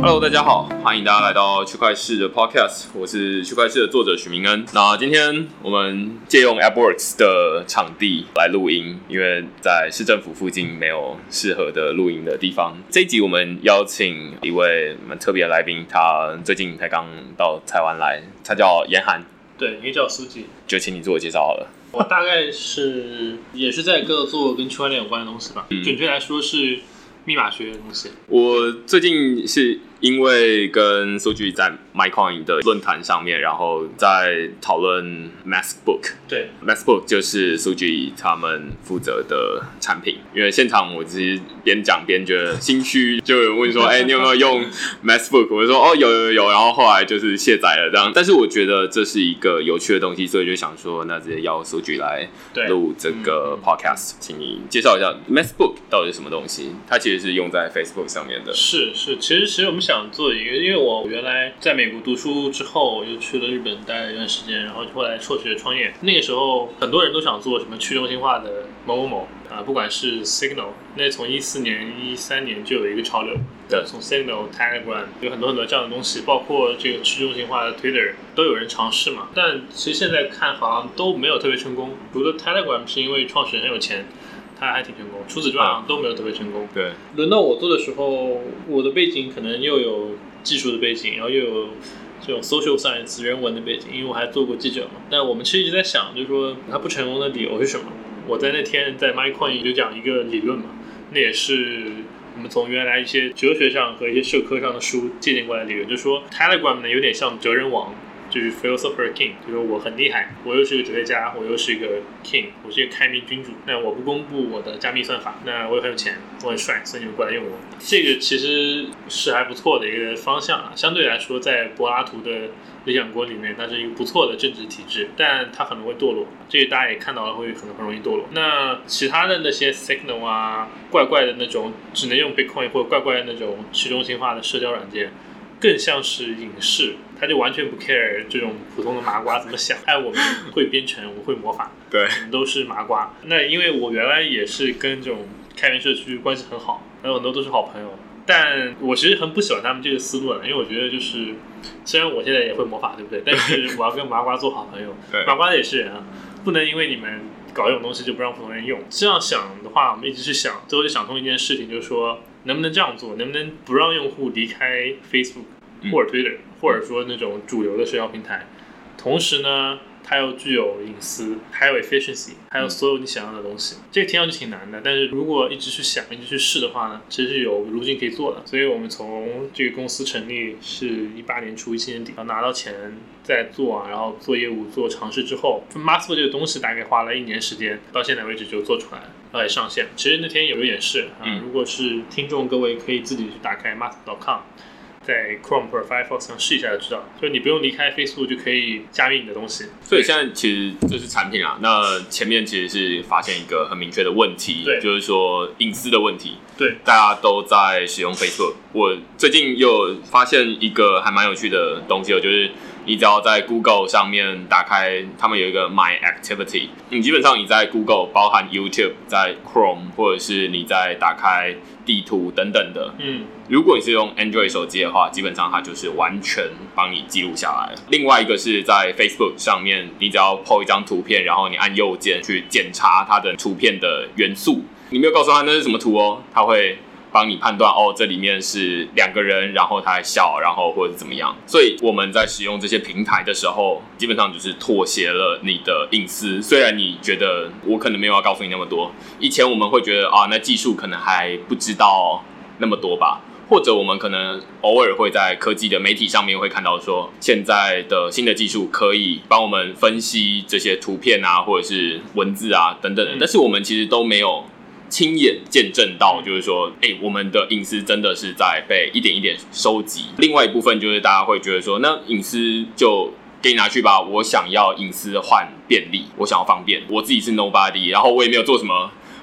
Hello， 大家好，欢迎大家来到区块市的 Podcast， 我是区块市的作者许明恩。那今天我们借用 AppWorks 的场地来录音，因为在市政府附近没有适合的录音的地方。这一集我们邀请一位蛮特别的来宾，他最近才刚到台湾来，他叫严涵。 对，可以叫我书记。 就请你自我介绍好了。 我大概也是在做跟区块链有关的东西吧，准确来说是密码学的东西。 我最近是因为跟数据在 MyCoin 的论坛上面，然后在讨论 MaskBook。对 ，MaskBook 就是数据他们负责的产品。因为现场我其实边讲边觉得心虚，就有人问说：“哎、你有没有用 MaskBook？” 我就说：“哦，有。”然后后来就是卸载了这样。但是我觉得这是一个有趣的东西，所以就想说，那直接邀数据来录这个 podcast，请你介绍一下 MaskBook 到底是什么东西？它其实是用在 Facebook 上面的。 是，其实我们想做一个，因为我原来在美国读书之后，又去了日本待了一段时间，然后后来辍学创业。那个时候很多人都想做什么去中心化的某某某啊，不管是 Signal， 那从14年、13年就有一个潮流，对，从 Signal、Telegram 有很多这样的东西，包括这个去中心化的 Twitter 都有人尝试嘛。但其实现在看好像都没有特别成功，除了 Telegram 是因为创始人很有钱。他还挺成功，除此之外都没有特别成功。 对， 轮到我做的时候，我的背景可能又有技术的背景，然后又有这种 social science 人文的背景，因为我还做过记者嘛。但我们其实一直在想，就是说他不成功的理由是什么？我在那天在 MyCoin 就讲一个理论嘛，那也是我们从原来一些哲学上和一些社科上的书借鉴过来的理论，就是说 Telegram 呢有点像哲人王。就是 philosopher king， 就是我很厉害，我又是一个哲学家，我又是一个 king， 我是一个开明君主。那我不公布我的加密算法，那我又很有钱，我很帅，所以你们过来用我。这个其实是还不错的一个方向啊。相对来说，在柏拉图的理想国里面，它是一个不错的政治体制，但它可能会堕落。这个大家也看到了，会可能很容易堕落。那其他的那些 Signal 啊，怪怪的那种只能用 Bitcoin 或者怪怪的那种去中心化的社交软件。更像是影视，他就完全不 care 这种普通的麻瓜怎么想。还有我们会编程，我们会魔法， 对， 我们都是麻瓜。那因为我原来也是跟这种开源社区关系很好，还有很多都是好朋友。但我其实很不喜欢他们这个思路了，因为我觉得就是，虽然我现在也会魔法，对不对？但是我要跟麻瓜做好朋友。麻瓜也是人啊，不能因为你们搞这种东西就不让普通人用。这样想的话，我们一直是想，最后就想通一件事情，就是说。能不能这样做？能不能不让用户离开 Facebook 或者 Twitter，或者说那种主流的社交平台？同时呢，它又具有隐私，还有 efficiency， 还有所有你想要的东西。这个听上去挺难的，但是如果一直去想、一直去试的话呢，其实是有路径可以做的。所以我们从这个公司成立是18年初、17年底，然后拿到钱再做啊，然后做业务、做尝试之后 ，MaskBook 这个东西大概花了1年时间，到现在为止就做出来了。也上线。其实那天有一点是如果是听众各位可以自己去打开 mask.com， 在 Chrome 或者 Firefox 上试一下就知道，就你不用离开 Facebook 就可以加密你的东西。 所以现在其实这是产品啊，那前面其实是发现一个很明确的问题，就是说隐私的问题。 对， 大家都在使用 Facebook。我最近又发现一个还蛮有趣的东西，就是你只要在 Google 上面打开，他们有一个 My Activity， 你基本上你在 Google， 包含 YouTube， 在 Chrome， 或者是你在打开地图等等的，如果你是用 Android 手机的话，基本上它就是完全帮你记录下来了。另外一个是在 Facebook 上面，你只要 po 一张图片，然后你按右键去检查它的图片的元素，你没有告诉他那是什么图哦，他会帮你判断哦，这里面是2个人，然后他还笑，然后或者怎么样。所以我们在使用这些平台的时候，基本上就是妥协了你的隐私。虽然你觉得我可能没有要告诉你那么多，以前我们会觉得啊，那技术可能还不知道那么多吧。或者我们可能偶尔会在科技的媒体上面会看到说，现在的新的技术可以帮我们分析这些图片啊，或者是文字啊等等的，但是我们其实都没有亲眼见证到，就是说，我们的隐私真的是在被一点一点收集。另外一部分就是大家会觉得说，那隐私就给你拿去吧，我想要隐私换便利，我想要方便，我自己是 nobody， 然后我也没有做什么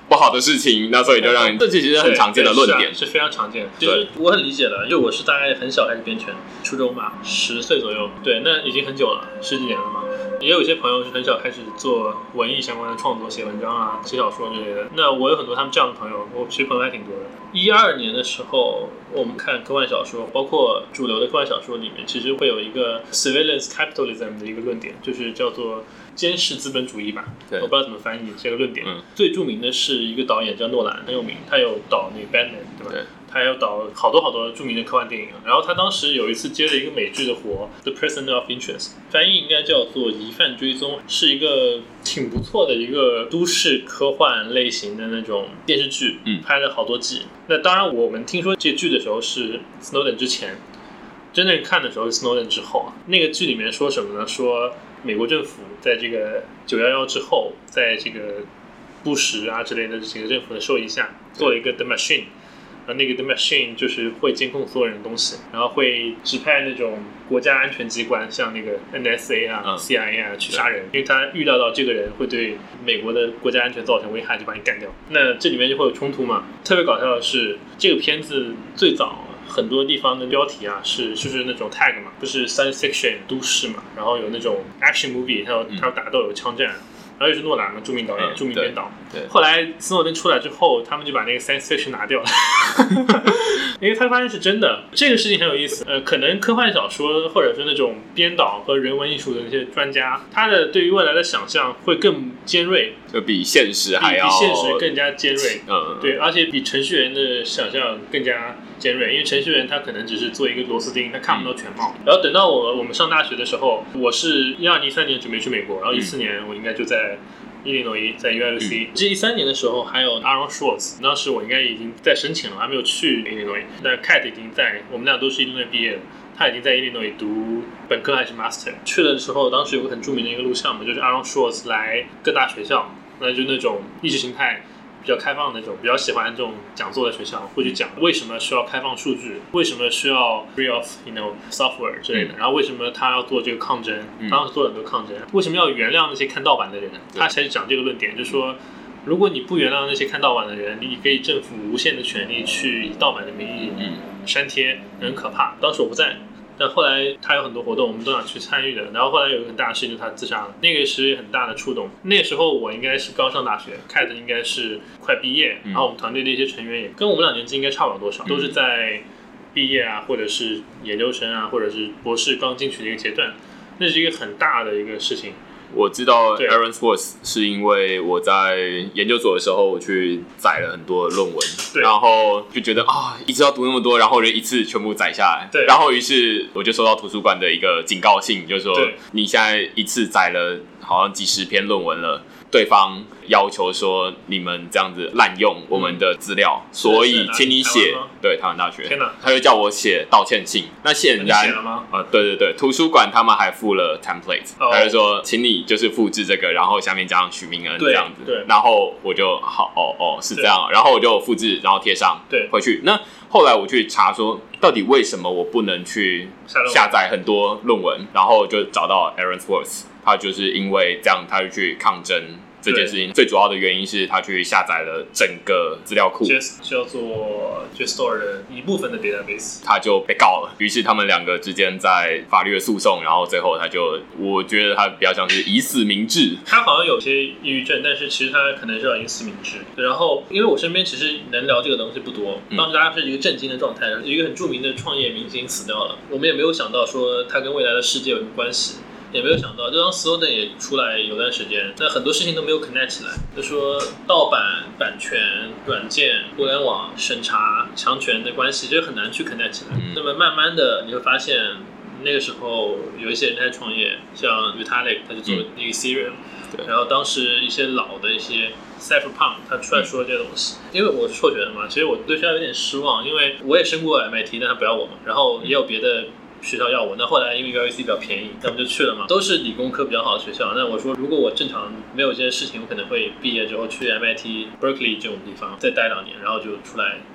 不好的事情，那所以就让你这其实是很常见的论点， 是非常常见的。就是我很理解的，因为我是大概很小开始编程，初中吧，10岁左右，对，那已经很久了，10几年了嘛。也有一些朋友是很小开始做文艺相关的创作，写文章啊、写小说之类的。那我有很多他们这样的朋友，我其实朋友还挺多的。12年的时候，我们看科幻小说，包括主流的科幻小说里面，其实会有一个 surveillance capitalism 的一个论点，就是叫做监视资本主义吧。我不知道怎么翻译这个论点。最著名的是一个导演叫诺兰，很有名，他有导那个 Batman， 对吧？对，他有导好多著名的科幻电影。然后他当时有一次接了一个美剧的活，《The Prisoner of Interest》，翻译应该叫做疑犯追踪，是一个挺不错的一个都市科幻类型的那种电视剧，拍了好多季。那当然，我们听说这剧的时候是 Snowden 之前，真正看的时候是 Snowden 之后啊。那个剧里面说什么呢？说美国政府在这个911之后，在这个布什啊之类的这几个政府的授意下，做了一个 The Machine。那个 The Machine 就是会监控所有人的东西，然后会指派那种国家安全机关，像那个 NSA 啊、CIA 啊去杀人，因为他预料到这个人会对美国的国家安全造成危害，就把你干掉。那这里面就会有冲突嘛。特别搞笑的是，这个片子最早很多地方的标题啊就是那种 tag 嘛，不是 science fiction 都市嘛，然后有那种 action movie， 它有打斗有枪战。然后又是诺兰嘛，著名导演、著名编导。后来斯诺登出来之后，他们就把那个 science fiction 拿掉了，因为他发现是真的。这个事情很有意思。可能科幻小说或者是那种编导和人文艺术的那些专家，他的对于未来的想象会更尖锐， 就比现实还要比现实更加尖锐。对，而且比程序员的想象更加尖锐，因为程序员他可能只是做一个螺丝钉，他看不到全貌。然后等到我们上大学的时候，我是12、13年准备去美国，然后14年我应该就在伊利诺伊，在 ULC。这13年的时候还有 Aaron Swartz， 当时我应该已经在申请了，还没有去伊利诺伊。那 Kat 已经在，我们俩都是伊利诺伊毕业的，他已经在伊利诺伊读本科还是 Master。去的时候，当时有个很著名的一个录像嘛，就是 Aaron Swartz 来各大学校，那就那种意识形态比较开放的那种，比较喜欢这种讲座的学校，会去讲为什么需要开放数据，为什么需要 free of software 之类的，然后为什么他要做这个抗争，当时做了很多抗争，为什么要原谅那些看盗版的人，他才讲这个论点，就是说如果你不原谅那些看盗版的人，你给政府无限的权利去以盗版的名义删帖，很可怕。当时我不在，但后来他有很多活动，我们都想去参与的。然后后来有一个很大的事情，就是他自杀了，那个是很大的触动。那个时候我应该是刚上大学，Kat 应该是快毕业，然后我们团队的一些成员也跟我们俩年纪应该差不了多少，都是在毕业啊，或者是研究生啊，或者是博士刚进去的一个阶段。那是一个很大的一个事情。 我知道 Aaron Swartz 是因为我在研究所的时候，我去载了很多论文，然后就觉得一直要读那么多，然后就一次全部载下来。然后于是我就收到图书馆的一个警告信，就是说你现在一次载了好像几十篇论文了，对方要求说你们这样子滥用我们的资料，所以请你写。对，台湾大学。 天哪！ 他就叫我写道歉信。那显然， 你写了吗？ 对，图书馆他们还附了 template，他就说请你就是复制这个，然后下面加上许明恩这样子。 对。 然后我就是这样，然后我就复制，然后贴上，回去。那后来我去查说，到底为什么我不能去下载很多论文，然后就找到 Aaron Swartz， 他就是因为这样，他就去抗争这件事情。最主要的原因是他去下载了整个资料库， 叫做 JSTOR 的一部分的 database， 他就被告了。于是他们两个之间在法律的诉讼，然后最后他就，我觉得他比较像是以死明志。 他好像有些抑郁症，但是其实他可能是要以死明志。然后因为我身边其实能聊这个东西不多，当时大家是一个震惊的状态，有一个很著名的创业明星死掉了，我们也没有想到说他跟未来的世界有什么关系。也没有想到，就当 Snowden 也出来有段时间，但很多事情都没有 connect 起来。就说盗版、版权、软件、互联网审查、强权的关系，就很难去 connect 起来。那么慢慢的，你会发现，那个时候有一些人在创业，像 Vitalik 他就做了一个 Ethereum，然后当时一些老的一些 Cypherpunk 他出来说这些东西。因为我是辍学的嘛，其实我对学校有点失望，因为我也申过 MIT， 但他不要我嘛，然后也有别的学校要我，那后来因为 ULC 比较便宜，那我们就去了嘛，都是理工科比较好的学校。那我说，如果我正常没有这些事情，我可能会毕业之后去 MIT、Berkeley 这种地方再待2年，然后就出来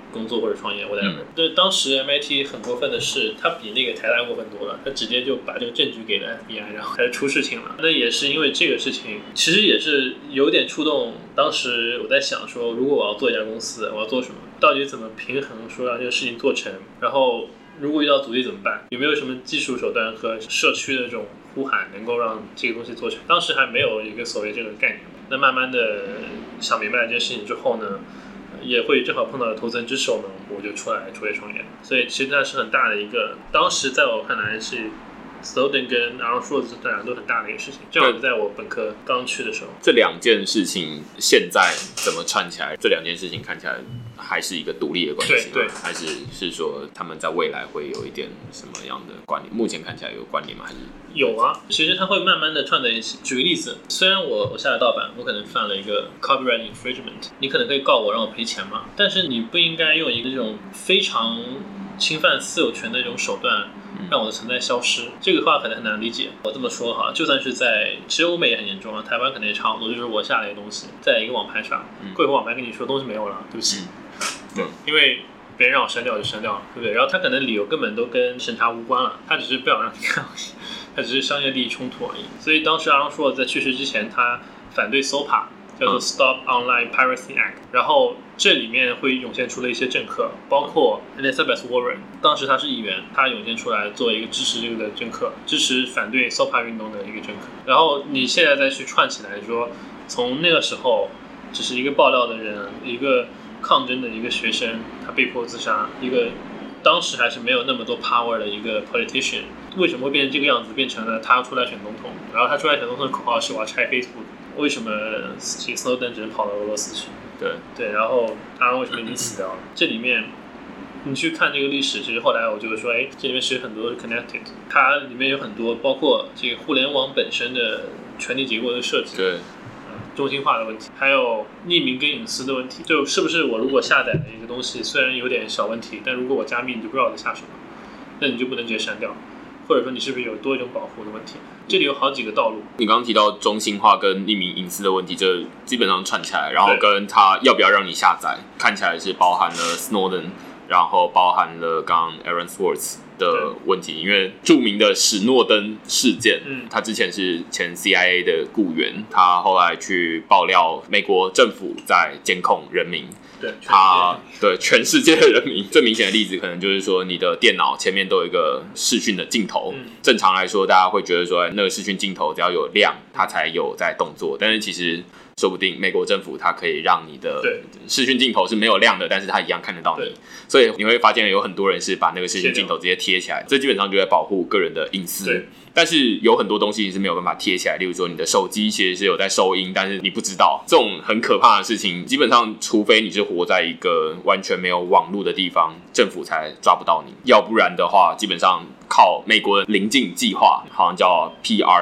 工作或者创业 whatever。对，当时 MIT 很过分的是，他比那个台大过分多了，他直接就把这个证据给了 FBI， 然后开始出事情了。那也是因为这个事情，其实也是有点触动。当时我在想说，如果我要做一家公司，我要做什么？到底怎么平衡说让这个事情做成？然后如果遇到阻力怎么办？有没有什么技术手段和社区的这种呼喊能够让这个东西做成？当时还没有一个所谓这个概念。那慢慢的想明白这件事情之后呢，也会正好碰到投资人之手呢，我就出来创业。所以其实那是很大的一个，当时在我看来是Snowden 跟 Aaron Swartz 这两个都很大的一个事情，正好是在我本科刚去的时候。 这两件事情现在怎么串起来？这两件事情看起来还是一个独立的关系， 对， 还是说他们在未来会有一点什么样的关联？目前看起来有关联吗？还是有啊？其实它会慢慢的串在一起。举个例子，虽然我下了盗版，我可能犯了一个 copyright infringement， 你可能可以告我让我赔钱嘛，但是你不应该用一个这种非常侵犯私有权的一种手段让我的存在消失。这个话可能很难理解。我这么说哈，就算是其实欧美也很严重啊，台湾可能也差不多，就是我下了一个东西，在一个网拍上，过一会儿网拍跟你说东西没有了，对不起，对，因为别人让我删掉我就删掉了，对不对？然后他可能理由根本都跟审查无关了，他只是不想让你看东西，他只是商业利益冲突而已。所以当时阿朗说在去世之前，他反对 SOPA， 叫做 Stop Online Piracy Act， 然后这里面会涌现出了一些政客，包括 Elizabeth Warren， 当时他是议员，他涌现出来作为一个支持这个的政客，支持反对 SOPA 运动的一个政客。然后你现在再去串起来说，从那个时候只是一个爆料的人，一个抗争的一个学生，他被迫自杀，一个当时还是没有那么多 power 的一个 politician， 为什么会变成这个样子？变成了他要出来选总统，然后他出来选总统的口号是我要拆 Facebook。为什么Snowden 只能跑到俄罗斯去？对，然后他为什么已经死掉了？这里面你去看这个历史，其实后来我就会说，这里面其实很多都是 connected， 它里面有很多包括这个互联网本身的权力结构的设计， 对， 中心化的问题，还有匿名跟隐私的问题。就是不是我如果下载的一个东西虽然有点小问题，但如果我加密你就不知道我在下什么，那你就不能直接删掉，或者说你是不是有多一种保护的问题？这里有好几个道路。 你刚刚提到中心化跟匿名隐私的问题，这基本上串起来，然后跟他要不要让你下载，看起来是包含了 Snowden， 然后包含了刚刚 Aaron Swartz 的问题。因为著名的史诺登事件，他之前是前 CIA 的雇员，他后来去爆料美国政府在监控人民。对全世界的人民，最明显的例子可能就是说，你的电脑前面都有一个视讯的镜头。正常来说，大家会觉得说，那个视讯镜头只要有亮，它才有在动作。但是其实，说不定美国政府它可以让你的视讯镜头是没有亮的，但是它一样看得到你。所以你会发现有很多人是把那个视讯镜头直接贴起来，这基本上就在保护个人的隐私。但是有很多东西是没有办法贴起来，例如说你的手机其实是有在收音，但是你不知道。这种很可怕的事情，基本上除非你是活在一个完全没有网络的地方，政府才抓不到你。要不然的话，基本上靠美国的邻近计划，好像叫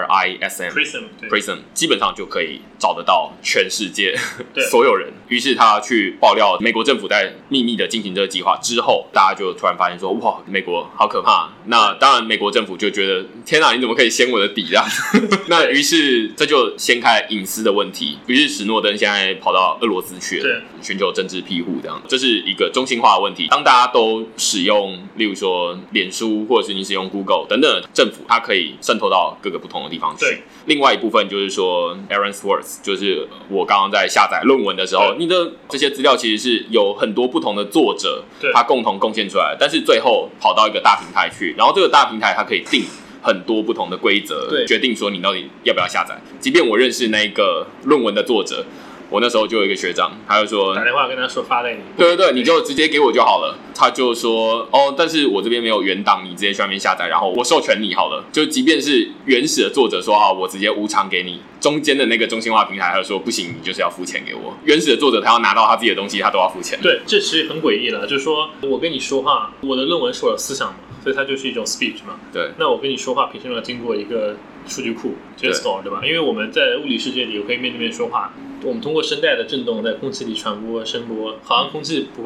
PRISM， 基本上就可以找得到全世界所有人。于是他去爆料美国政府在秘密的进行这个计划之后，大家就突然发现说，哇，美国好可怕。那当然美国政府就觉得，天哪，你怎么可以掀我的底这样那于是这就掀开隐私的问题。于是史诺登现在跑到俄罗斯去了，寻求政治庇护这样。这是一个中心化的问题。当大家都使用例如说脸书，或者是你使用 Google 等等，政府它可以渗透到各个不同的地方去。另外一部分就是说 Aaron Swartz， 就是我刚刚在下载论文的时候，你的这些资料其实是有很多不同的作者他共同贡献出来，但是最后跑到一个大平台去，然后这个大平台它可以定很多不同的规则，决定说你到底要不要下载。即便我认识那个论文的作者，我那时候就有一个学长，他就说打电话跟他说发给你， 对，你就直接给我就好了。他就说但是我这边没有原档，你直接去那边下载，然后我授权你好了。就即便是原始的作者说我直接无偿给你，中间的那个中心化平台他就说不行，你就是要付钱给我。原始的作者他要拿到他自己的东西，他都要付钱。 对，这其实很诡异了，就是说我跟你说话，我的论文是我的思想嘛，所以它就是一种 speech 嘛。 对， 那我跟你说话，凭什么要经过一个数据库 JSTOR 对吧？因为我们在物理世界里，我可以面对面说话，我们通过声带的振动在空气里传播声波，好像空气不会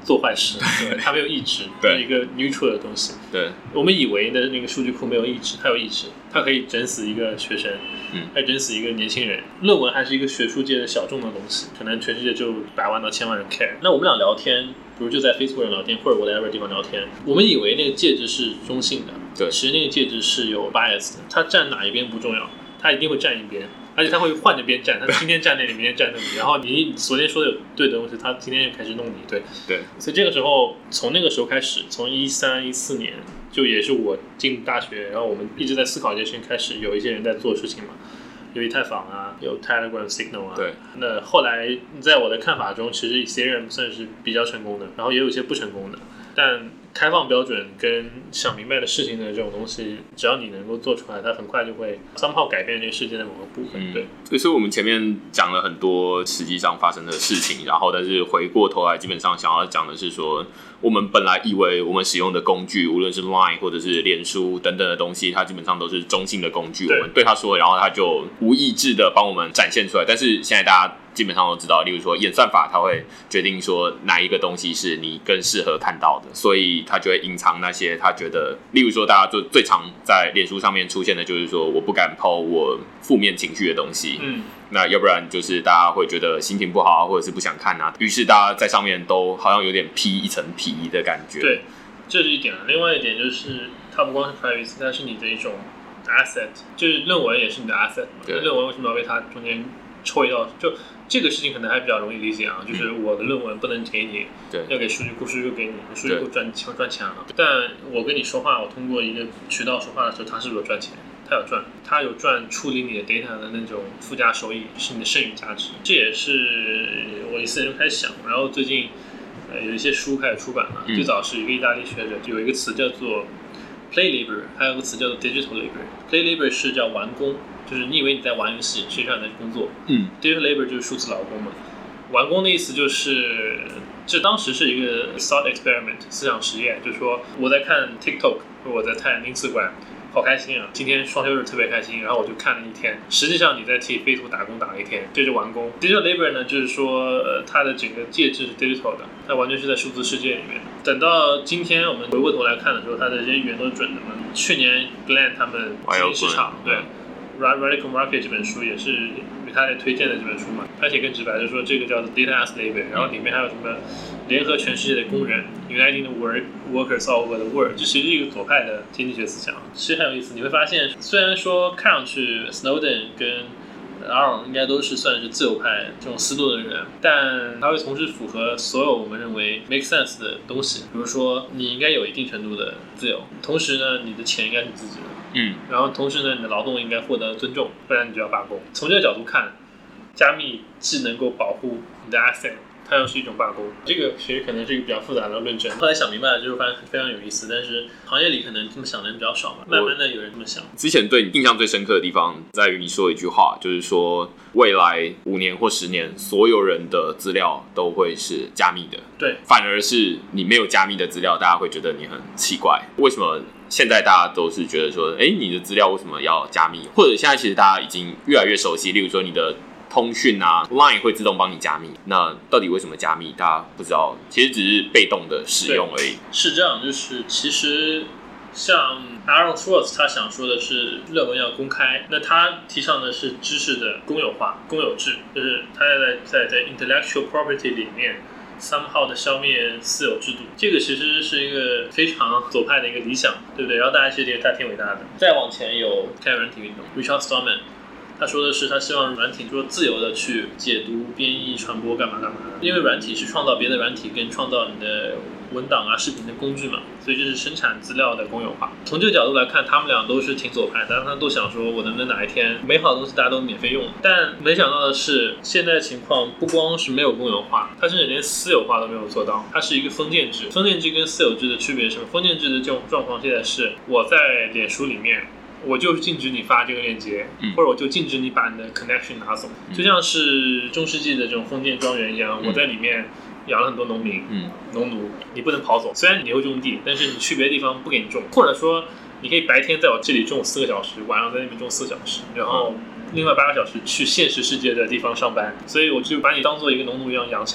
做坏事，对，它没有意志，是一个 neutral 的东西。 对， 我们以为的那个数据库没有意志，它有意志，它可以整死一个学生，可以整死一个年轻人。论文还是一个学术界的小众的东西，可能全世界就100万到1000万人 care。那我们俩聊天，比如就在 Facebook 上聊天，或者 whatever 地方聊天，我们以为那个介质是中性的， 对， 其实那个介质是有 bias 的，它站哪一边不重要，它一定会站一边。而且他会换着边站，他今天站那里，明天站那里，然后你昨天说的有对的东西，他今天就开始弄你，对。所以这个时候，从那个时候开始，从13、14年，就也是我进大学，然后我们一直在思考这些事情，开始有一些人在做事情嘛，有以太坊啊，有 Telegram Signal 啊。 对。 那后来在我的看法中，其实 Ethereum 算是比较成功的，然后也有一些不成功的，但开放标准跟想明白的事情的这种东西，只要你能够做出来，它很快就会somehow改变这个世界的某个部分。对， 所以我们前面讲了很多实际上发生的事情，然后但是回过头来，基本上想要讲的是说，我们本来以为我们使用的工具，无论是 Line 或者是脸书等等的东西，它基本上都是中性的工具，我们对它说，然后它就无意志的帮我们展现出来。但是现在大家基本上都知道，例如说演算法，它会决定说哪一个东西是你更适合看到的，所以它就会隐藏那些他觉得，例如说大家最常在脸书上面出现的就是说，我不敢 po 我负面情绪的东西，那要不然就是大家会觉得心情不好，或者是不想看啊，于是大家在上面都好像有点披一层皮的感觉。 对，这是一点。另外一点就是，它不光是 privacy， 它是你的一种 asset， 就是论文也是你的 asset 嘛。论文为什么要被它中间抽一道？就这个事情可能还比较容易理解啊，就是我的论文不能给你，要给数据库，数据库给你，数据库赚钱了。但我跟你说话，我通过一个渠道说话的时候，他是不是有赚钱？他有赚处理你的 data 的那种附加收益，是你的剩余价值。这也是我14年就开始想，然后最近有一些书开始出版了。最早是一个意大利学者，有一个词叫做 play labor， 还有一个词叫做 digital labor。play labor 是叫玩工。就是你以为你在玩游戏，实际上你在工作。digital labor 就是数字劳工嘛。玩工的意思就是，这当时是一个 thought experiment 思想实验，就是说我在看 TikTok 或者我在看 Instagram， 好开心啊！今天双休日特别开心，然后我就看了一天。实际上你在替 Facebook 打工打了一天，这就是玩工。digital labor 呢，就是说它的整个介质是 digital 的，它完全是在数字世界里面。等到今天我们回过头来看的时候，它的这些语言都是准的嘛。去年 Glenn 他们经营市场，对。Radical Market 这本书也是他在推荐的这本书嘛，他写更直白，就是说这个叫做 Data as Labor， 然后里面还有什么联合全世界的工人 ，Uniting the workers all over the world， 这其实是一个左派的经济学思想，其实很有意思。你会发现，虽然说看上去 Snowden 跟 Aaron 应该都是算是自由派这种思路的人，但他会同时符合所有我们认为 make sense 的东西，比如说你应该有一定程度的自由，同时呢，你的钱应该是自己的。然后同时呢，你的劳动应该获得尊重，不然你就要罢工。从这个角度看，加密既能够保护你的 asset， 它又是一种罢工。这个其实可能是一个比较复杂的论证。后来想明白了，就是发现非常有意思，但是行业里可能这么想的人比较少嘛。慢慢的有人这么想。 之前对你印象最深刻的地方，在于你说一句话，就是说未来5年或10年，所有人的资料都会是加密的。 对， 反而是你没有加密的资料，大家会觉得你很奇怪，为什么？现在大家都是觉得说，你的资料为什么要加密？或者现在其实大家已经越来越熟悉，例如说你的通讯啊 ，Line 会自动帮你加密。那到底为什么加密？大家不知道，其实只是被动的使用而已。 是这样，就是其实像 Aaron Swartz 他想说的是论文要公开，那他提倡的是知识的公有化、公有制，就是他在 intellectual property 里面。somehow 的消灭私有制度，这个其实是一个非常左派的一个理想，对不对？然后大家其实觉得他挺伟大的。再往前有开源软体运动 ，Richard Stallman， 他说的是他希望软体说自由的去解读、编译、传播干嘛干嘛的，因为软体是创造别的软体跟创造你的文档啊、视频的工具嘛，所以这是生产资料的公有化。从这个角度来看，他们俩都是挺左派的，但他们都想说，我能不能哪一天美好的东西大家都免费用？但没想到的是，现在的情况不光是没有公有化，它甚至连私有化都没有做到，它是一个封建制。封建制跟私有制的区别是什么？封建制的这种状况现在是我在脸书里面。我就禁止你发这个链接，或者我就禁止你把你的 connection 拿走，就像是中世纪的这种封建庄园一样，我在里面养了很多农民、农奴，你不能跑走。虽然你会种地，但是你去别的地方不给你种，或者说你可以白天在我这里种4个小时，晚上在那边种4个小时，然后另外8个小时去现实世界的地方上班。所以我就把你当做一个农奴一样养起来了嘛。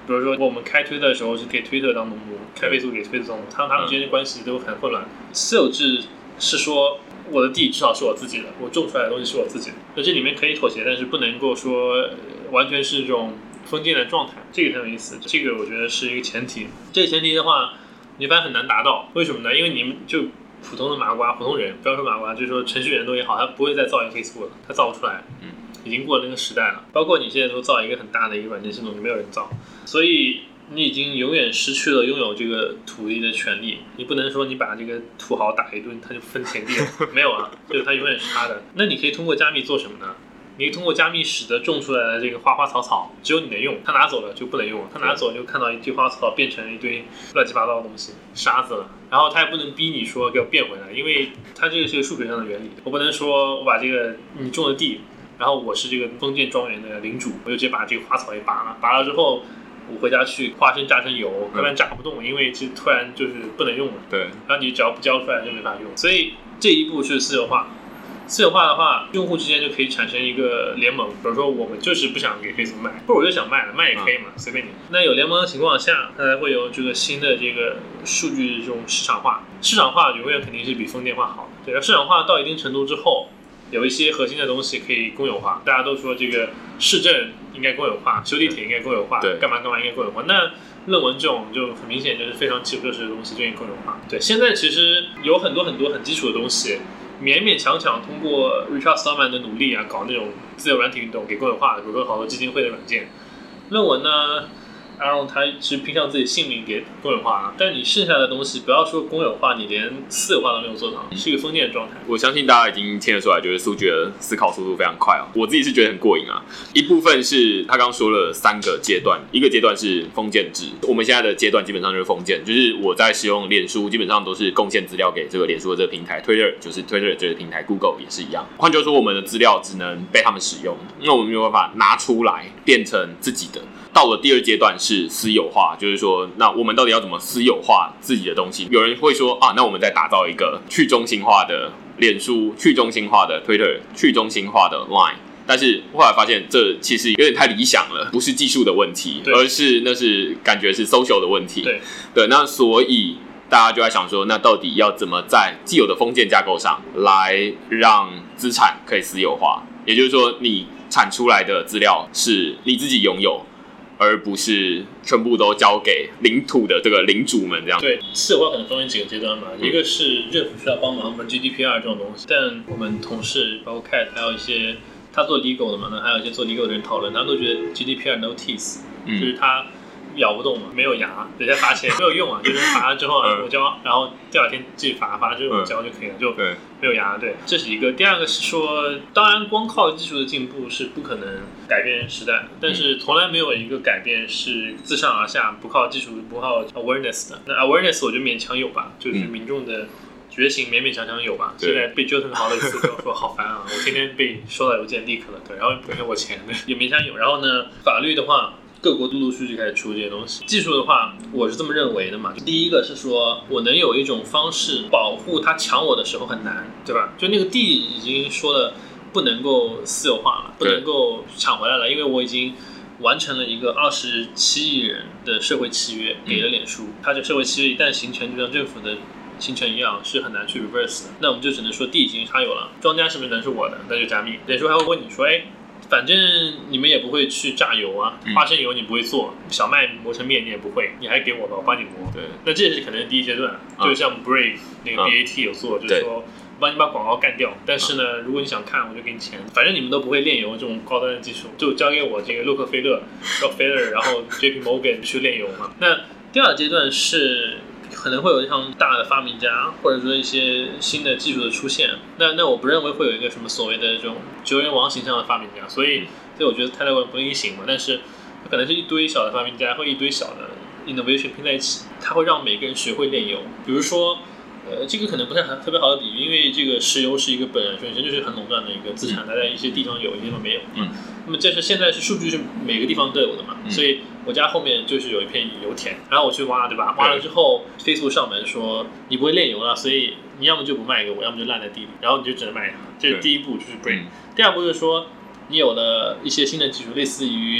比如说我们开推特的时候是给推特当农奴，开Facebook给推特当农奴，他们之间的关系都很混乱。私有制是说我的地至少是我自己的，我种出来的东西是我自己的，那这里面可以妥协，但是不能够说完全是这种封建的状态，这个很有意思。这个我觉得是一个前提。这个前提的话，你发现很难达到，为什么呢？因为你们就普通的麻瓜、普通人，不要说麻瓜，就是说程序员都也好，他不会再造一个 Facebook 了，他造不出来。已经过了那个时代了。包括你现在说造一个很大的一个软件系统，没有人造，所以你已经永远失去了拥有这个土地的权利。你不能说你把这个土豪打一顿，他就分田地了，没有啊，就是他永远是他的。那你可以通过加密做什么呢？你可以通过加密使得种出来的这个花花草草只有你能用，他拿走了就不能用了，他拿走就看到一堆花花草草变成一堆乱七八糟的东西，沙子了。然后他也不能逼你说给我变回来，因为他这个是个数学上的原理。我不能说我把这个你种的地，然后我是这个封建庄园的领主，我就直接把这个花草给拔了，拔了之后我回家去花生榨成油，根本榨不动，因为其实突然就是不能用了。 对， 然后你只要不交出来就没法用，所以这一步是私有化。私有化的话，用户之间就可以产生一个联盟，比如说我们就是不想给 Facebook 卖，或者我就想卖了，卖也可以嘛，随便你。那有联盟的情况下，它才会有这个新的这个数据这种市场化。市场化永远肯定是比封建化好的。对，而市场化到一定程度之后，有一些核心的东西可以公有化。大家都说这个市政应该公有化，修地铁应该公有化，干嘛干嘛应该公有化。那论文这种就很明显就是非常基础设施的东西就应该公有化。对，现在其实有很多很基础的东西。勉勉强强通过 Richard Stallman 的努力啊，搞那种自由软体运动给公有化的，比如说好多基金会的软件。论文呢，Aaron 他是拼上自己性命给公有化了，但你剩下的东西不要说公有化，你连私有化都没有做到，是一个封建的状态。 我相信大家已经听得出来，就是苏觉的思考速度非常快哦。我自己是觉得很过瘾啊。一部分是他刚刚说了3个阶段，一个阶段是封建制，我们现在的阶段基本上就是封建，就是我在使用脸书，基本上都是贡献资料给这个脸书的这个平台 ，Twitter 就是 Twitter 这个平台 ，Google 也是一样。换句话说，我们的资料只能被他们使用，那我们没有办法拿出来变成自己的。到了第2阶段是私有化，就是说，那我们到底要怎么私有化自己的东西？有人会说啊，那我们再打造一个去中心化的脸书、去中心化的 Twitter、去中心化的 Line。但是后来发现，这其实有点太理想了，不是技术的问题，而是那是感觉是 social 的问题。对，那所以大家就在想说，那到底要怎么在既有的封建架构上来让资产可以私有化？也就是说，你产出来的资料是你自己拥有。而不是全部都交给领土的这个领主们这样。 对，私有化可能分为几个阶段嘛，一个是政府需要帮忙，我们 GDPR 这种东西，但我们同事包括 Cat 还有一些他做 legal 的嘛，那还有一些做 legal 的人讨论，他们都觉得 GDPR no teeth，就是他咬不动嘛，没有牙，人家罚钱没有用啊，就是罚了之后我交，然后第2天继续罚了之后我交就可以了，就没有牙。对，这是一个。第2个是说，当然光靠技术的进步是不可能改变时代，但是从来没有一个改变是自上而下不靠技术不靠 awareness 的。那 awareness 我觉得勉强有吧，就是民众的觉醒勉勉强强有吧。现在被折腾好了一次，就说好烦啊，我天天被收到邮件立刻了，对，然后不给我钱的也勉强有。然后呢，法律的话。各国陆陆续续开始出这些东西。技术的话，我是这么认为的嘛。第一个是说，我能有一种方式保护他抢我的时候很难，对吧？就那个地已经说了不能够私有化了，不能够抢回来了，因为我已经完成了一个27亿人的社会契约，给了脸书。它这社会契约一旦形成，就像政府的形成一样，是很难去 reverse 的。那我们就只能说地已经他有了，庄家是不是能是我的，那就加密。脸书还会问你说，反正你们也不会去榨油啊，花生油你不会做，小麦磨成面你也不会，你还给我吧，我帮你磨。对，那这是可能第一阶段，就像 Brave 那个 BAT 有做，就是说帮你把广告干掉。但是呢，如果你想看，我就给你钱。反正你们都不会炼油这种高端的技术，就交给我这个洛克菲勒 Rockefeller， 然后 JP Morgan 去炼油嘛。那第2阶段是。可能会有一场大的发明家，或者说一些新的技术的出现。那我不认为会有一个什么所谓的这种9人王形象的发明家，所以我觉得太过不一行嘛。但是它可能是一堆小的发明家，或一堆小的 innovation 拼在一起，它会让每个人学会炼油。比如说，这个可能不太特别好的比喻，因为这个石油是一个本身就是很垄断的一个资产，它在一些地方有，一些地方没有。那么这是现在是数据是每个地方都有的嘛，所以我家后面就是有一片油田，然后我去挖，对吧？挖了之后 ，Facebook 上门说你不会炼油了，所以你要么就不卖给我，要么就烂在地里，然后你就只能卖它。这是第一步，就是 bring。第2步就是说，你有了一些新的技术，类似于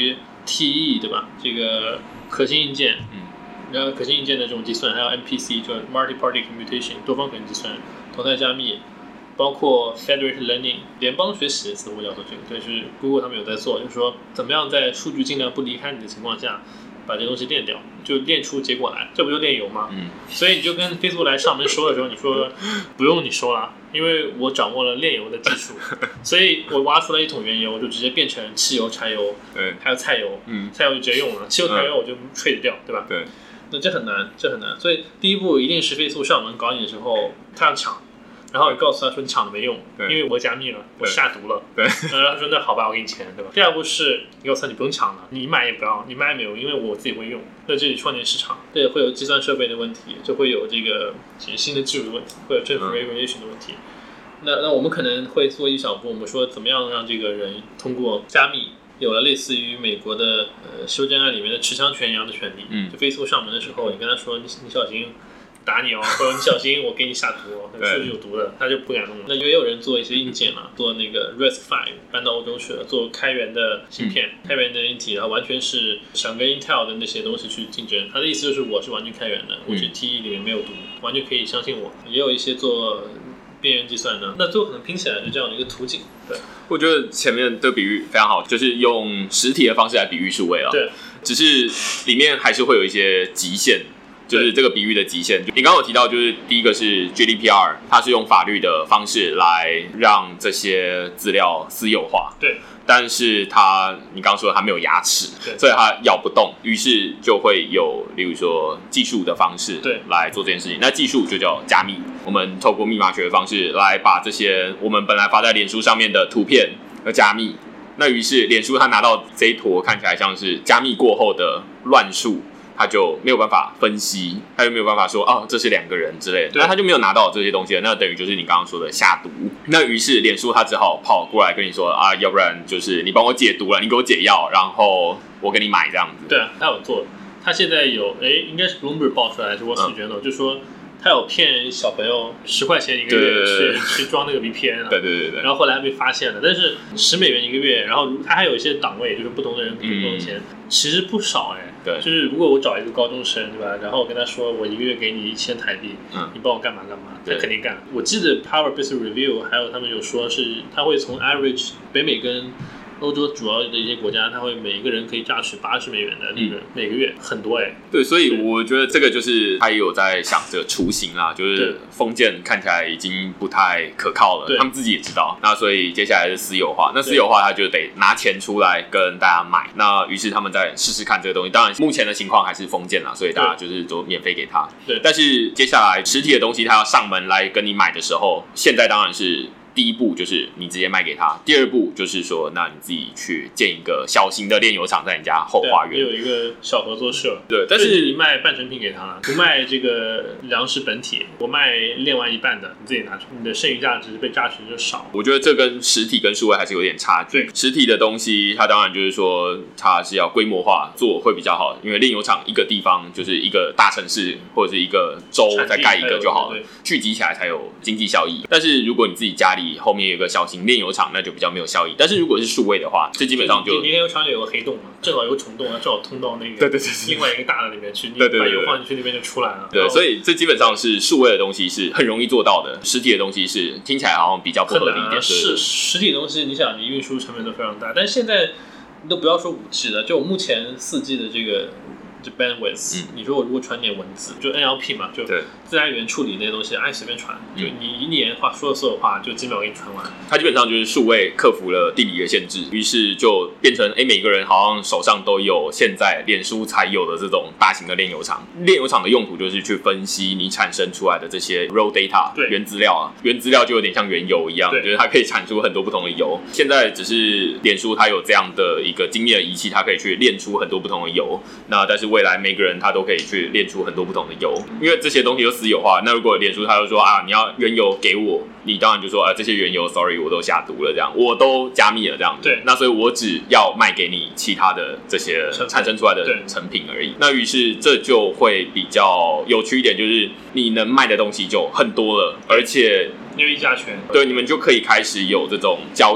TE 对吧？这个核心硬件，然后核心硬件的这种计算，还有 MPC 就 Multi-Party Computation 多方可能计算、同态加密，包括 Federated Learning 联邦学习似乎叫做这个，对，是 Google 他们有在做，就是说怎么样在数据尽量不离开你的情况下，把这东西练掉，就练出结果来，这不就炼油吗？所以你就跟 Facebook 来上门收的时候，你说不用你收了，因为我掌握了炼油的技术，所以我挖出来一桶原油，我就直接变成汽油、柴油，还有菜油，菜油就直接用了，汽油、柴油我就吹得掉，对吧？ 对， 那这很难，这很难，所以第一步一定是Facebook上门搞你的时候，他要抢。然后你告诉他说你抢了没用，因为我加密了，我下毒了。 对， 然后他说那好吧，我给你钱，对吧？第二步是你告诉他你不用抢了，你买也不要，你卖没有，因为我自己会用。在这里创建市场，这会有计算设备的问题，就会有这个新的技术的问题，会有政府 regulation 的问题。那我们可能会做一小步，我们说怎么样让这个人通过加密有了类似于美国的修正案里面的持枪权一样的权利。就Facebook上门的时候，你跟他说你小心。打你哦，或者你小心，我给你下毒哦，那个数据有毒的，他就不敢弄了。那也有人做一些硬件了，做那个 RISC-V 搬到欧洲去了，做开源的芯片、开源的硬体，然后完全是想跟 Intel 的那些东西去竞争。他的意思就是我是完全开源的，我是 TE 里面没有毒，完全可以相信我。也有一些做边缘计算的，那最后可能拼起来是这样的一个途径。对， 我觉得前面这个比喻非常好，就是用实体的方式来比喻数位啊。 对， 只是里面还是会有一些极限。就是这个比喻的极限。你刚刚有提到，就是第一个是 GDPR， 它是用法律的方式来让这些资料私有化。 对。 但是你刚刚说它没有牙齿，所以它咬不动，于是就会有，例如说技术的方式来做这件事情。那技术就叫加密，我们透过密码学的方式来把这些我们本来发在脸书上面的图片加密。那于是脸书它拿到这一坨看起来像是加密过后的乱数。他就没有办法分析，他就没有办法说哦，这是2个人之类的，那他就没有拿到这些东西了，那等于就是你刚刚说的下毒。那于是脸书他只好跑过来跟你说啊，要不然就是你帮我解毒了，你给我解药，然后我给你买这样子。 对啊，他有做，他现在有应该是 Bloomberg 报出来，是 Wall Street Journal 就说他有骗小朋友10块钱一个月去装那个 VPN 对，然后后来被发现了，但是$10一个月，然后他还有一些档位，就是不同的人给不同的钱，其实不少对， 就是如果我找一个高中生，对吧？然后我跟他说，我1个月给你1000台币，你帮我干嘛干嘛，他肯定干。我记得 Harvard Business Review 还有他们有说是，他会从 average 北美跟欧洲主要的一些国家，他会每一个人可以榨取$80的利润，每个月很多对，所以我觉得这个就是他也有在想这个雏形啦，就是封建看起来已经不太可靠了，他们自己也知道。那所以接下来是私有化，那私有化他就得拿钱出来跟大家买。那于是他们再试试看这个东西。当然目前的情况还是封建啦，所以大家就是都免费给他。 对， 但是接下来实体的东西他要上门来跟你买的时候，现在当然是。第一步就是你直接卖给他，第二步就是说，那你自己去建一个小型的炼油厂在你家后花园， 有一个小合作社。 对，但是你卖半成品给他，不卖这个粮食本体，我卖炼完一半的，你自己拿出，你的剩余价值被榨取就少。 我觉得这跟实体跟数位还是有点差距。实体的东西，它当然就是说，它是要规模化做会比较好，因为炼油厂一个地方就是一个大城市或者是一个州再盖一个就好了，聚集起来才有经济效益。但是如果你自己家里后面有一个小型炼油厂，那就比较没有效益。但是如果是数位的话，这基本上就炼油厂里有个黑洞嘛，正好有个虫洞，正好通到那个另外一个大的里面去，你把油放进去那边就出来了。 对，所以这基本上是数位的东西是很容易做到的，实体的东西是听起来好像比较不合理一点。 是实体的东西，你想你运输成本都非常大，但是现在你都不要说5G 了，就我目前4G 的这个。就 bandwidth，你说我如果传点文字，就 NLP 嘛，就自然语言处理那些东西，爱随便传，就你1年话说的所有话，就几秒给你传完。 它基本上就是数位克服了地理的限制，于是就变成每个人好像手上都有现在脸书才有的这种大型的炼油厂。炼油厂的用途就是去分析你产生出来的这些 raw data 原资料啊，原资料就有点像原油一样，就是它可以产出很多不同的油。现在只是脸书它有这样的一个精密的仪器，它可以去炼出很多不同的油。那但是未来每个人他都可以去炼出很多不同的油，因为这些东西都私有化。那如果脸书他就说啊，你要原油给我，你当然就说这些原油 sorry 我都下毒了，这样我都加密了这样子。 对， 那所以我只要卖给你其他的这些产生出来的成品而已。那于是这就会比较有趣一点，就是你能卖的东西就很多了，而且你有议价权， 对，你们就可以开始有这种交易。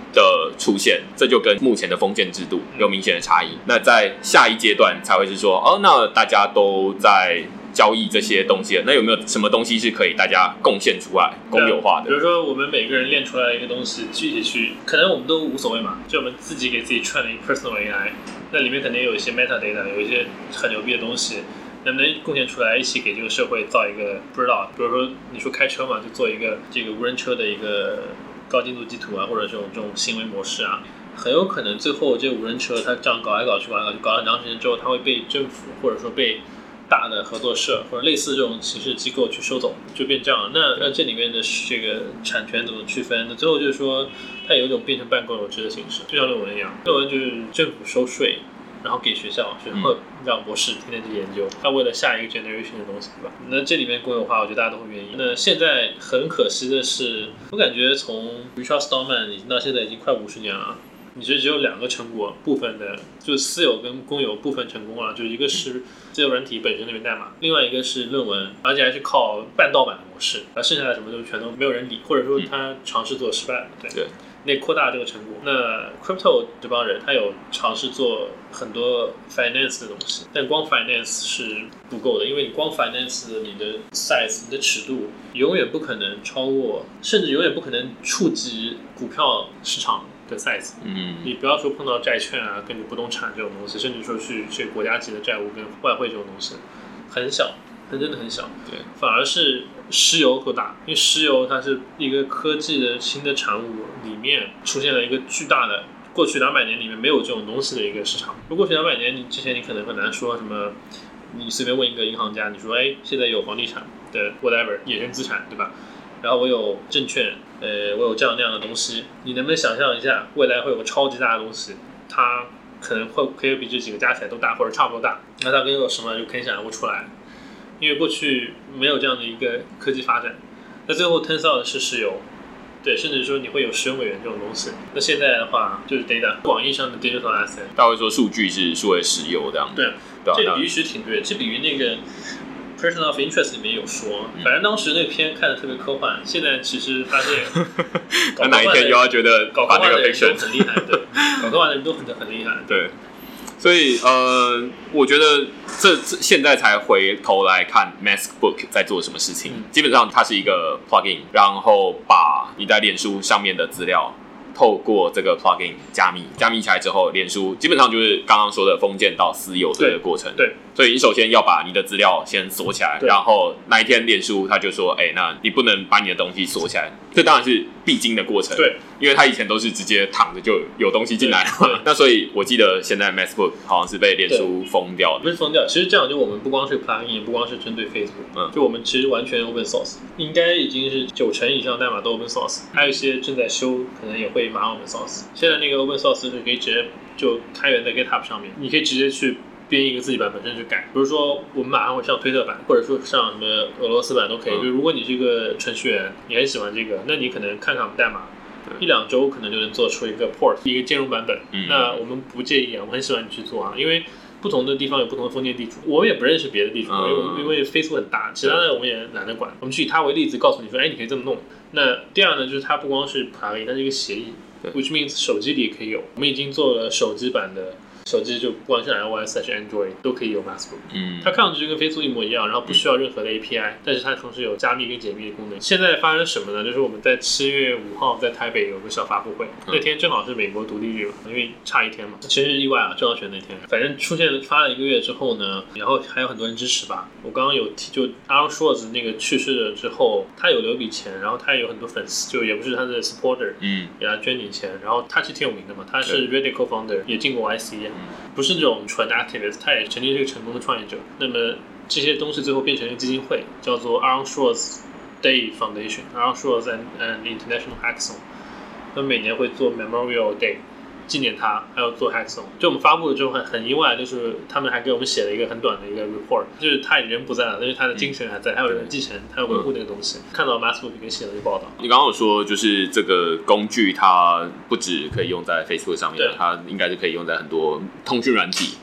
的出现，这就跟目前的封建制度有明显的差异。那在下一阶段才会是说，那大家都在交易这些东西了，那有没有什么东西是可以大家贡献出来、公有化的？ 比如说，我们每个人练出来一个东西，具体去，可能我们都无所谓嘛，就我们自己给自己串了一个 personal AI， 那里面肯定有一些 metadata， 有一些很牛逼的东西，能不能贡献出来，一起给这个社会造一个不知道，比如说你说开车嘛，就做一个这个无人车的一个高精度地图啊，或者这种行为模式啊。很有可能最后这个无人车它这样搞来搞去，搞了很长时间之后，它会被政府或者说被大的合作社或者类似这种形式机构去收走，就变这样。那这里面的这个产权怎么区分？那最后就是说，它有一种变成半公有制的形式，就像论文一样，论文就是政府收税，然后给学校，然后让博士天天去研究，他为了下一个 generation 的东西，对吧？那这里面公有化，我觉得大家都会愿意。那现在很可惜的是，我感觉从 Richard Stallman 已经到现在已经快50年了。你是只有2个成果部分的，就是私有跟公有部分成功了，就是一个是自由软体本身那边代码，另外一个是论文，而且还是靠半盗版的模式，而剩下的什么就全都没有人理，或者说他尝试做失败了，对。那扩大这个成果。那 crypto 这帮人他有尝试做很多 finance 的东西，但光 finance 是不够的，因为你光 finance 你的 size 你的尺度永远不可能超过，甚至永远不可能触及股票市场的 size。你不要说碰到债券啊，跟不动产这种东西，甚至说去国家级的债务跟外汇这种东西，很小。它真的很小，对，反而是石油够大，因为石油它是一个科技的新的产物，里面出现了一个巨大的，过去200年里面没有这种东西的一个市场。如果过去200年之前，你可能很难说什么，你随便问一个银行家，你说，现在有房地产的 whatever 衍生资产，对吧？然后我有证券，我有这样那样的东西，你能不能想象一下，未来会有个超级大的东西，它可能可以比这几个加起来都大，或者差不多大，那它跟有什么就可以想象不出来。因为过去没有这样的一个科技发展，那最后 turns out 的是石油，对，甚至说你会有石油美元这种东西。那现在的话就是 data， 广义上的 digital asset。 大家会说数据是数位石油这样。 对，这比喻其实挺对，这比喻那个 person of interest 里面有说，反正当时那篇看的特别科幻，现在其实发现， 他哪一天又要觉得搞科幻的人都很厉害，对，搞科幻的人都很厉害， 对。所以我觉得这现在才回头来看 MaskBook 在做什么事情。基本上它是一个 plugin， 然后把你在脸书上面的资料透过这个 plugin 加密起来之后，脸书基本上就是刚刚说的封建到私有这个过程。 对， 所以你首先要把你的资料先锁起来，然后那一天脸书他就说，那你不能把你的东西锁起来，这当然是必经的过程。 对， 因为他以前都是直接躺着就有东西进来了嘛。那所以我记得现在 MaskBook 好像是被脸书封掉的， 不是封掉。其实这样就我们不光是 plugin， 也不光是针对 Facebook，就我们其实完全 open source， 应该已经是90%以上的代码都 open source， 还有一些正在修，可能也会马上 open source。现在那个 open source 是可以直接就开源在 GitHub 上面，你可以直接去编一个自己版本身去改，比如说我们马上会上推特版，或者说上什么俄罗斯版都可以。就如果你是一个程序员，你很喜欢这个，那你可能看看我们代码，1-2周可能就能做出一个 port， 一个兼容版本。那我们不介意啊，我们很喜欢你去做啊，因为不同的地方有不同的封建地主，我们也不认识别的地主，因为 Facebook 很大，其他的我们也懒得管。我们就以它为例子，告诉你说，你可以这么弄。那第二呢，就是它不光是 plugin， 它是一个协议，which means 手机里也可以有。我们已经做了手机版的。手机就不管是 iOS 还是 Android 都可以有 MaskBook，它看上去就跟 Facebook 一模一样，然后不需要任何的 API，但是它同时有加密跟解密的功能。现在发生什么呢？就是我们在7月5号在台北有个小发布会，那天正好是美国独立日嘛，因为差1天嘛，其实是意外啊，正好选那天。反正发了1个月之后呢，然后还有很多人支持吧。我刚刚有提，就 Aaron Swartz 那个去世了之后，他有留一笔钱，然后他也有很多粉丝，就也不是他的 supporter，给他捐点钱，然后他其实挺有名的嘛，他是 Reddit co-founder， 也进过 YC，不是这种纯 activist， 他也曾经是一个成功的创业者。那么这些东西最后变成一个基金会，叫做 Aaron Swartz Day Foundation，Aaron Swartz and International Hackathon， 他们每年会做 Memorial Day， 纪念他，还有做 Hackathon。就我们发布了之后很意外，就是他们还给我们写了一个很短的一个 report， 就是他人不在了，但是他的精神还在，还有人继承，还有维护那个东西。看到 MaskBook 给写了一个报道。 你刚刚有说，就是这个工具它不只可以用在 Facebook 上面，它应该是可以用在很多通讯软体。 对。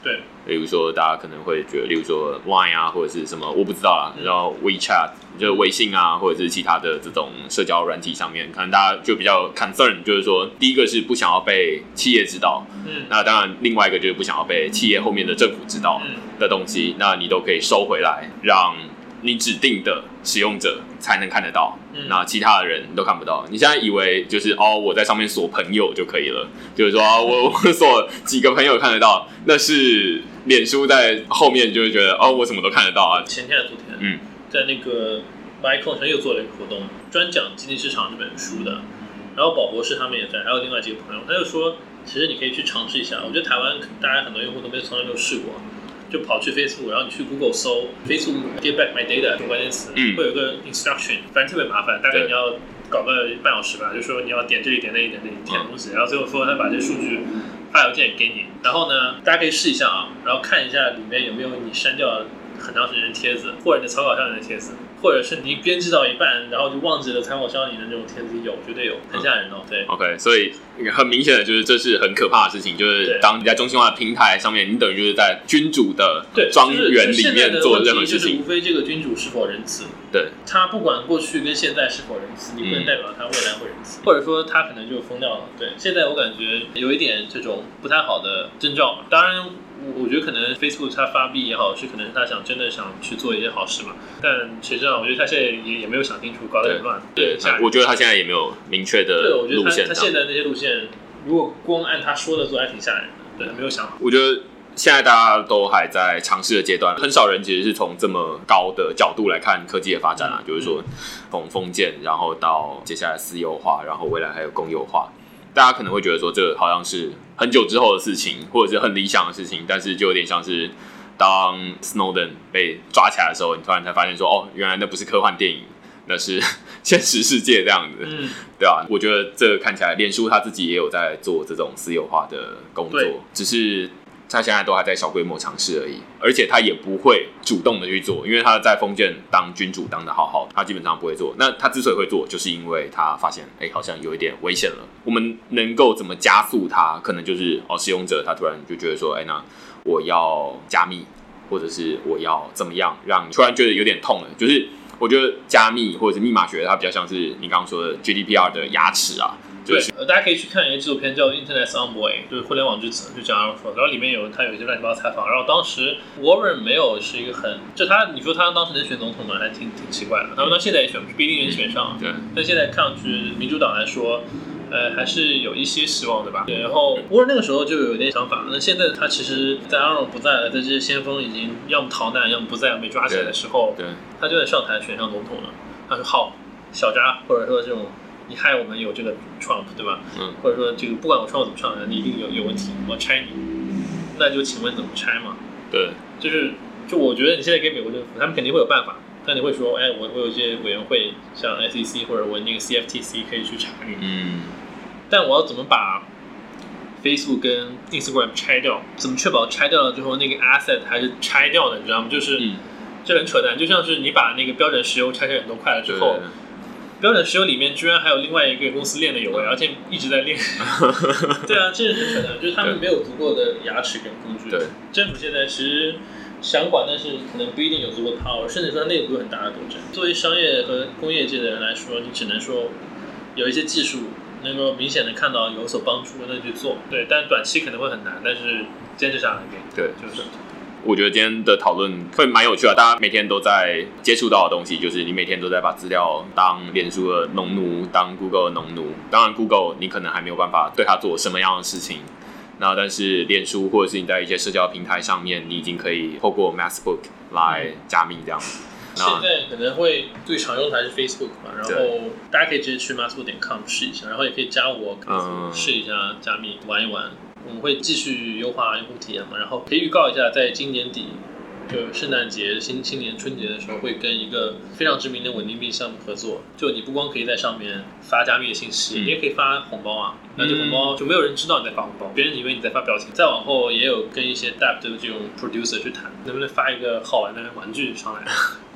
例如说大家可能会觉得，例如说 Line 啊，或者是什么我不知道啦，然后 WeChat 就是微信啊，或者是其他的这种社交软体上面，可能大家就比较 concern， 就是说第一个是不想要被企业知道，那当然另外一个就是不想要被企业后面的政府知道的东西，那你都可以收回来，让你指定的使用者才能看得到，那其他的人都看不到。你现在以为就是我在上面锁朋友就可以了，就是说我锁几个朋友看得到，那是脸书在后面就会觉得我什么都看得到啊。 前天还是昨天，在那个 MyCon 上又做了一个活动，专讲经济市场这本书的，然后宝博士他们也在，还有另外几个朋友，他就说，其实你可以去尝试一下。我觉得台湾大家很多用户从来没有试过。就跑去 Facebook， 然后你去 Google 搜 Facebook Get Back My Data 这种关键词，会有个 instruction， 反正特别麻烦，大概你要搞个半小时吧，就说你要点这里点那里点那里填东西，然后最后说他把这数据发邮件给你，然后呢，大家可以试一下啊，然后看一下里面有没有你删掉很长时间的帖子，或者你的草稿上面的帖子，或者是你编辑到一半，然后就忘记了草稿上你的这种帖子，绝对有，很吓人哦。对 ，OK， 所以很明显的就是这是很可怕的事情，就是当你在中心化的平台上面，你等于就是在君主的庄园里面做任何事情， 无非这个君主是否仁慈。 对， 他不管过去跟现在是否仁慈，你不能代表他未来会仁慈，或者说他可能就疯掉了。对，现在我感觉有一点这种不太好的征兆。当然，我觉得可能 Facebook 他发币也好，是可能他真的想去做一些好事嘛。但谁知道？我觉得他现在也没有想清楚，搞得很乱。 对，我觉得他现在也没有明确的路线。 对，我觉得他现在那些路线，如果光按他说的做，还挺吓人的。对，他没有想好。 我觉得现在大家都还在尝试的阶段，很少人其实是从这么高的角度来看科技的发展啊，就是说从封建，然后到接下来私有化，然后未来还有公有化。大家可能会觉得说，这好像是很久之后的事情，或者是很理想的事情，但是就有点像是当 Snowden 被抓起来的时候，你突然才发现说，原来那不是科幻电影，那是现实世界这样子，对啊，我觉得这个看起来，脸书他自己也有在做这种私有化的工作，只是他现在都还在小规模尝试而已，而且他也不会主动的去做，因为他在封建当君主当的好好，他基本上不会做。那他之所以会做，就是因为他发现，好像有一点危险了。我们能够怎么加速它？可能就是使用者他突然就觉得说，那我要加密，或者是我要怎么样，让你突然觉得有点痛了。就是我觉得加密或者是密码学，它比较像是你刚刚说的 GDPR 的牙齿啊。 对，大家可以去看一个纪录片叫《Internet Envoy》，就是互联网之子，就讲阿荣说，然后里面他有一些乱七八糟采访，然后当时 Warren 没有是一个你说他当时能选总统吗？还挺奇怪的。他说他现在也选不一定能选上， 对。 但现在看上去民主党来说，还是有一些希望的吧。对，然后 Warren 那个时候就有点想法，那现在他其实，在阿荣不在了，在这些先锋已经要么逃难，要么不在，被抓起来的时候， 对， 他就在上台选上总统了。他说好，小扎，或者说这种。你害我们有这个 Trump 对吧？或者说这个不管我 Trump 怎么上来，你一定有问题，我拆你。那就请问怎么拆嘛？ 对， 就我觉得你现在给美国政府，他们肯定会有办法。但你会说，我有一些委员会，像 SEC 或者我那个 CFTC 可以去查你。但我要怎么把 Facebook 跟 Instagram 拆掉？怎么确保拆掉了之后那个 asset 还是拆掉的？你知道吗？就是这很扯淡，就像是你把那个标准石油拆成很多块了之后。标准石油里面居然还有另外一个公司炼的油，而且一直在炼。对啊，这是很扯淡，就是他们没有足够的牙齿跟工具。 对， 政府现在其实想管，但是可能不一定有足够的 power， 甚至说内部有很大的斗争。作为商业和工业界的人来说，你只能说有一些技术能够明显的看到有所帮助，那去做。对，但短期可能会很难，但是坚持下来对， 就是。 我觉得今天的讨论会蛮有趣的，大家每天都在接触到的东西，就是你每天都在把资料当脸书的农奴，当 Google 的农奴。当然 Google 你可能还没有办法对它做什么样的事情，那但是脸书或者是你在一些社交平台上面，你已经可以透过 MassBook 来加密这样子。 现在可能会最常用的还是 Facebook 嘛，然后大家可以直接去 massbook.com 试一下，然后也可以加我试一下加密玩一玩。我们会继续优化用户体验嘛，然后可以预告一下，在今年底就圣诞节、新年春节的时候，会跟一个非常知名的稳定币项目合作。就你不光可以在上面发加密的信息，你也可以发红包啊。那这红包就没有人知道你在发红包，别人以为你在发表情。再往后也有跟一些 DApp 的这种 producer 去谈，能不能发一个好玩的玩具上来。对，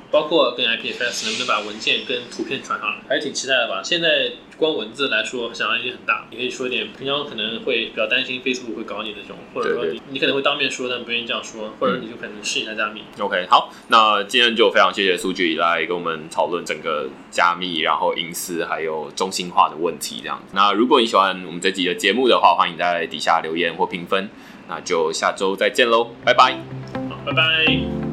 包括跟 IPFS 能不能把文件跟图片传上来，还是挺期待的吧。现在光文字来说，想象力很大。你可以说一点平常可能会比较担心 Facebook 会搞你的这种，或者说你可能会当面说，但不愿意这样说，或者你就可能试一下加密。 OK， 好，那今天就非常谢谢苏局来跟我们讨论整个加密，然后隐私还有中心化的问题这样子。那如果你喜欢我们这集的节目的话，欢迎在底下留言或评分。那就下周再见喽，拜拜。 好，拜拜。